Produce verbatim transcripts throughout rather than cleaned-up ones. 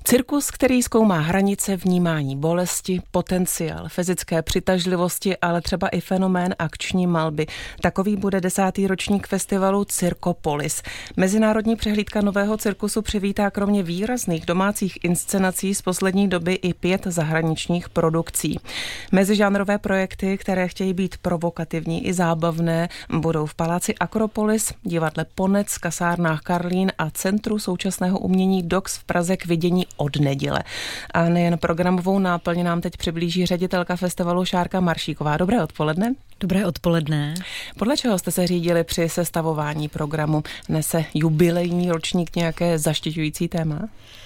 Cirkus, který zkoumá hranice vnímání bolesti, potenciál fyzické přitažlivosti, ale třeba i fenomén akční malby. Takový bude desátý ročník festivalu Cirkopolis. Mezinárodní přehlídka nového cirkusu přivítá kromě výrazných domácích inscenací z poslední doby i pět zahraničních produkcí. Mezižánrové projekty, které chtějí být provokativní i zábavné, budou v paláci Akropolis, divadle Ponec, kasárnách Karlín a Centru současného umění Dox v Praze k vidění od neděle. A nejen programovou náplň nám teď přiblíží ředitelka festivalu Šárka Maršíková. Dobré odpoledne. Dobré odpoledne. Podle čeho jste se řídili při sestavování programu? Nese jubilejní ročník nějaké zaštiťující téma?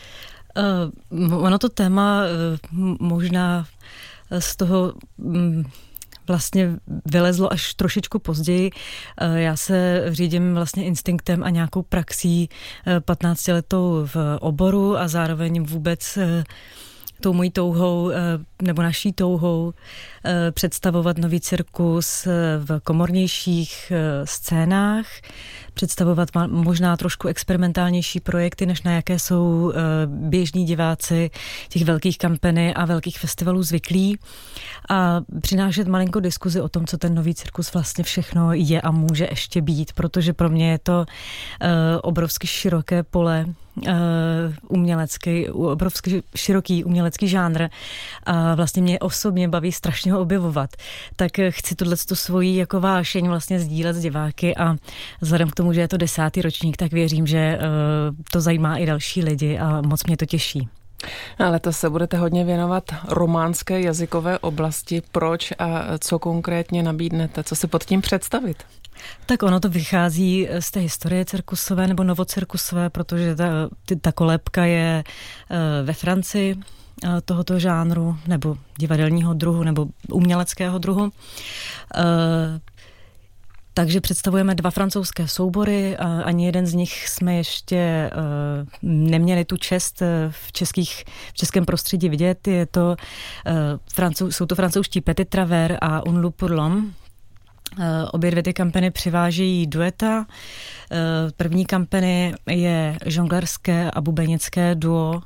Uh, ono to téma uh, možná z toho um, vlastně vylezlo až trošičku později. Já se řídím vlastně instinktem a nějakou praxí patnáctiletou v oboru a zároveň vůbec tou mojí touhou nebo naší touhou představovat nový cirkus v komornějších scénách, představovat možná trošku experimentálnější projekty, než na jaké jsou běžní diváci těch velkých kampany a velkých festivalů zvyklí a přinášet malinko diskuzi o tom, co ten nový cirkus vlastně všechno je a může ještě být, protože pro mě je to obrovsky široké pole umělecký, obrovský široký umělecký žánr a vlastně mě osobně baví strašně ho objevovat. Tak chci tohleto svoji jako vášeň vlastně sdílet s diváky a vzhledem k tomu, že je to desátý ročník, tak věřím, že to zajímá i další lidi a moc mě to těší. Ale to se budete hodně věnovat románské jazykové oblasti. Proč a co konkrétně nabídnete? Co si pod tím představit? Tak ono to vychází z té historie cirkusové nebo novocirkusové, protože ta, ta kolébka je ve Francii tohoto žánru nebo divadelního druhu nebo uměleckého druhu. Takže představujeme dva francouzské soubory, ani jeden z nich jsme ještě uh, neměli tu čest v, českých, v českém prostředí vidět. Je to, uh, francou, jsou to francouzští Petit Travers a Un loup pour l'homme. Uh, obě dvě ty kampany přivážejí dueta. Uh, první kampany je žonglerské a bubenické duo, uh,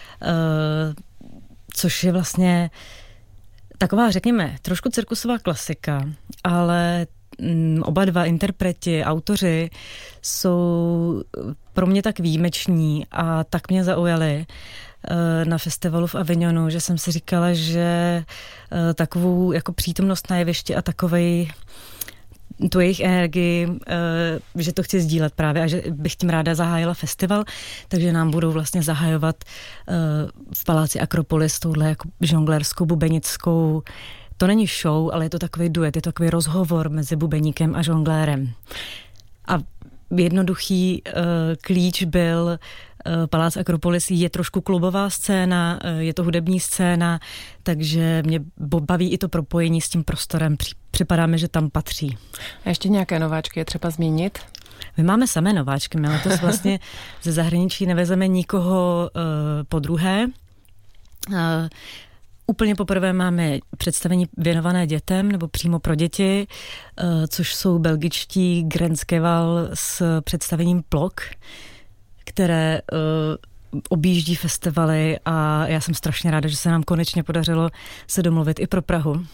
což je vlastně taková, řekněme, trošku cirkusová klasika, ale oba dva interpreti, autoři jsou pro mě tak výjimeční a tak mě zaujali na festivalu v Avignonu, že jsem si říkala, že takovou jako přítomnost na jevišti a takovej tu jejich energii, že to chci sdílet právě a že bych tím ráda zahájila festival, takže nám budou vlastně zahajovat v paláci Akropolis touhle jako žonglerskou, bubenickou. To není show, ale je to takový duet, je to takový rozhovor mezi bubeníkem a žonglérem. A jednoduchý uh, klíč byl uh, Palác Akropolis je trošku klubová scéna, uh, je to hudební scéna, takže mě baví i to propojení s tím prostorem. Připadá mi, že tam patří. A ještě nějaké nováčky je třeba zmínit? My máme samé nováčky, my letos vlastně ze zahraničí nevezeme nikoho uh, po druhé. Uh, Úplně poprvé máme představení věnované dětem nebo přímo pro děti, což jsou belgičtí Grenskeval s představením Plok, které objíždí festivaly a já jsem strašně ráda, že se nám konečně podařilo se domluvit i pro Prahu.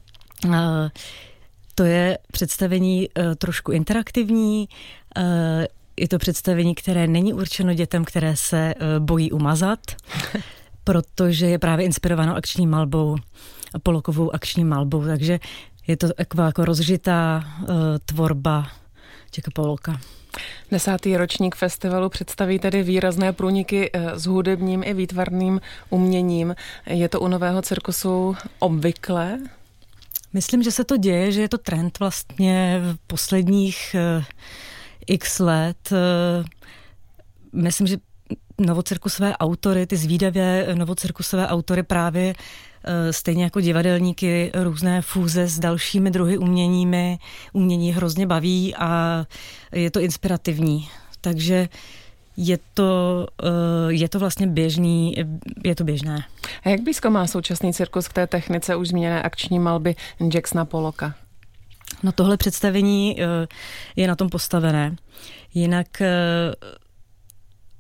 To je představení trošku interaktivní, je to představení, které není určeno dětem, které se bojí umazat, protože je právě inspirováno akční malbou, Polokovou akční malbou, takže je to taková jako rozžitá uh, tvorba Jacka Poloka. Desátý ročník festivalu představí tedy výrazné průniky s hudebním i výtvarným uměním. Je to u nového cirkusu obvyklé? Myslím, že se to děje, že je to trend vlastně v posledních uh, x let. Uh, myslím, že novocirkusové autory, ty zvídavé novocirkusové autory právě stejně jako divadelníky různé fúze s dalšími druhy uměními, umění hrozně baví a je to inspirativní. Takže je to, je to vlastně běžný, je to běžné. A jak blízko má současný cirkus k té technice už zmíněné akční malby Jacksona Pollocka? No tohle představení je na tom postavené. Jinak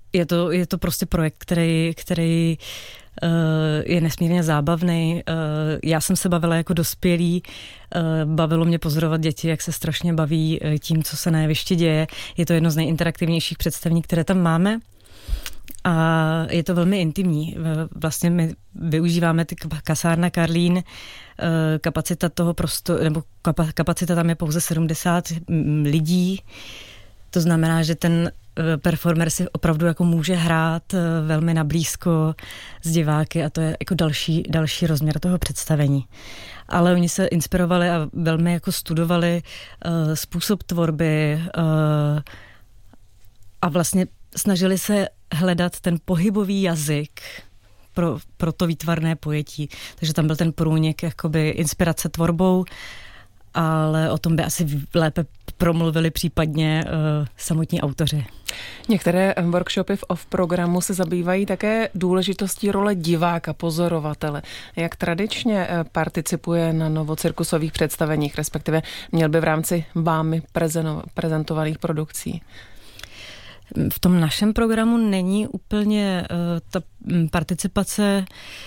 je to, je to prostě projekt, který, který je nesmírně zábavný. Já jsem se bavila jako dospělý, bavilo mě pozorovat děti, jak se strašně baví tím, co se na jevišti děje. Je to jedno z nejinteraktivnějších představení, které tam máme. A je to velmi intimní. Vlastně my využíváme ty kasárna Karlín, kapacita toho prostoru, nebo kapacita tam je pouze sedmdesát lidí. To znamená, že ten performer si opravdu jako může hrát velmi nablízko s diváky a to je jako další, další rozměr toho představení. Ale oni se inspirovali a velmi jako studovali uh, způsob tvorby uh, a vlastně snažili se hledat ten pohybový jazyk pro, pro to výtvarné pojetí. Takže tam byl ten průnik jakoby inspirace tvorbou, ale o tom by asi lépe promluvili případně uh, samotní autoři. Některé workshopy v off programu se zabývají také důležitostí role diváka, pozorovatele. Jak tradičně participuje na novocirkusových představeních, respektive měl by v rámci vámi prezentovaných produkcí? V tom našem programu není úplně uh, ta participace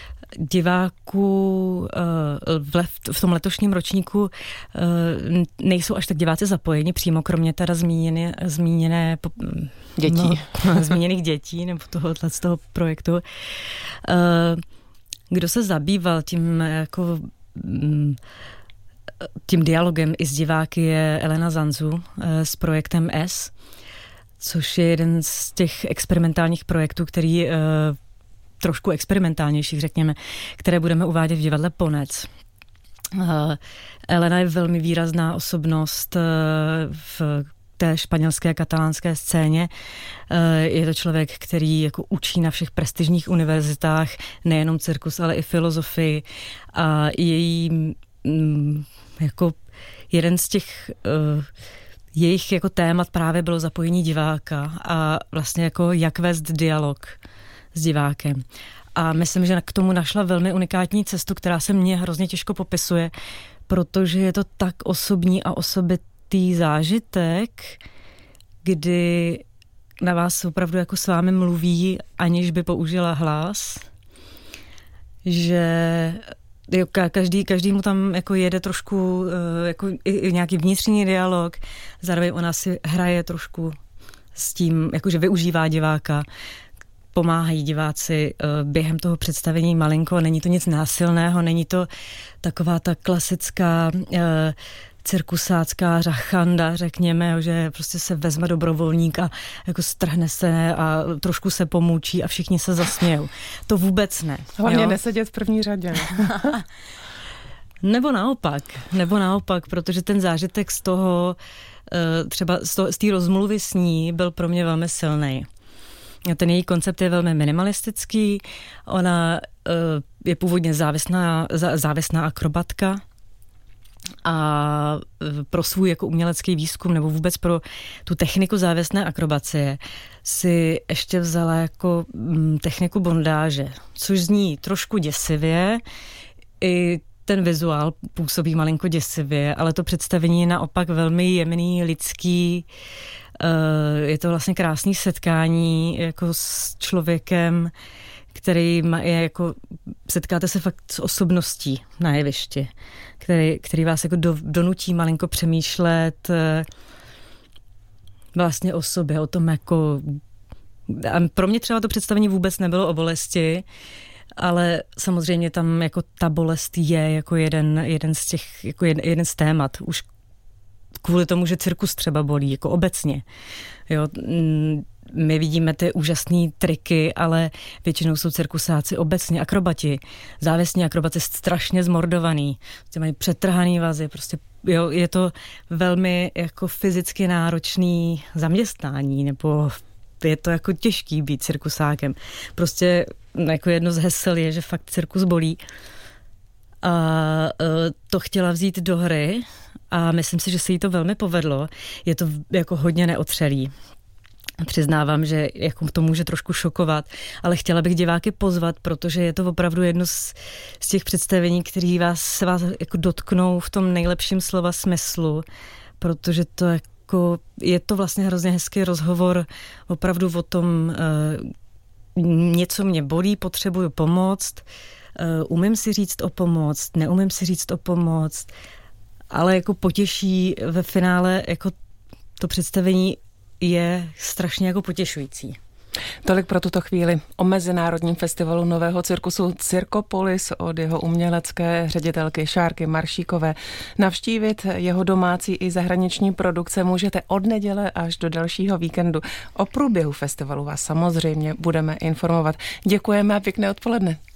diváků v tom letošním ročníku nejsou až tak diváci zapojeni, přímo kromě teda zmíněné, zmíněné dětí. No, zmíněných dětí nebo tohohle z toho projektu. Kdo se zabýval tím jako tím dialogem i s diváky je Elena Zanzu s projektem S, což je jeden z těch experimentálních projektů, který trošku experimentálnějších, řekněme, které budeme uvádět v divadle Ponec. Elena je velmi výrazná osobnost v té španělské katalánské scéně. Je to člověk, který jako učí na všech prestižních univerzitách nejenom cirkus, ale i filozofii. A její jako jeden z těch jejich jako témat právě bylo zapojení diváka a vlastně jako jak vést dialog s divákem. A myslím, že k tomu našla velmi unikátní cestu, která se mně hrozně těžko popisuje, protože je to tak osobní a osobitý zážitek, kdy na vás opravdu jako s vámi mluví, aniž by použila hlas, že jo, každý, každý mu tam jako jede trošku jako i, i nějaký vnitřní dialog, zároveň ona si hraje trošku s tím, jakože využívá diváka, pomáhají diváci během toho představení malinko, není to nic násilného, není to taková ta klasická cirkusácká řachanda, řekněme, že prostě se vezme dobrovolník a jako strhne se a trošku se pomůčí a všichni se zasmějou. To vůbec ne. Hlavně nesedět v první řadě. Nebo naopak, nebo naopak, protože ten zážitek z toho, třeba z té rozmluvy s ní byl pro mě velmi silný. Ten její koncept je velmi minimalistický, ona je původně závislá, závislá akrobatka a pro svůj jako umělecký výzkum nebo vůbec pro tu techniku závěsné akrobacie si ještě vzala jako techniku bondáže, což zní trošku děsivě, i ten vizuál působí malinko děsivě, ale to představení je naopak velmi jemný, lidský. Je to vlastně krásné setkání jako s člověkem, který má, je jako, setkáte se fakt s osobností na jevišti, který, který vás jako do, donutí malinko přemýšlet vlastně o sobě, o tom jako... A pro mě třeba to představení vůbec nebylo o bolesti, ale samozřejmě tam jako ta bolest je jako jeden, jeden z těch, jako jeden, jeden z témat. Už kvůli tomu, že cirkus třeba bolí, jako obecně. Jo, my vidíme ty úžasné triky, ale většinou jsou cirkusáci obecně akrobati. Závěsní akrobati strašně zmordovaný. Prostě mají přetrhaný vazy, prostě jo, je to velmi jako fyzicky náročný zaměstnání, nebo je to jako těžký být cirkusákem. Prostě jako jedno z hesel je, že fakt cirkus bolí. A to chtěla vzít do hry a myslím si, že se jí to velmi povedlo. Je to jako hodně neotřelý. Přiznávám, že jako to může trošku šokovat, ale chtěla bych diváky pozvat, protože je to opravdu jedno z, z těch představení, které vás, se vás jako dotknou v tom nejlepším slova smyslu, protože to jako jako je to vlastně hrozně hezký rozhovor opravdu o tom, něco mě bolí, potřebuju pomoct, umím si říct o pomoc, neumím si říct o pomoc, ale jako potěší ve finále, jako to představení je strašně jako potěšující. Tolik pro tuto chvíli o Mezinárodním festivalu nového cirkusu Cirkopolis od jeho umělecké ředitelky Šárky Maršíkové. Navštívit jeho domácí i zahraniční produkce můžete od neděle až do dalšího víkendu. O průběhu festivalu vás samozřejmě budeme informovat. Děkujeme a pěkné odpoledne.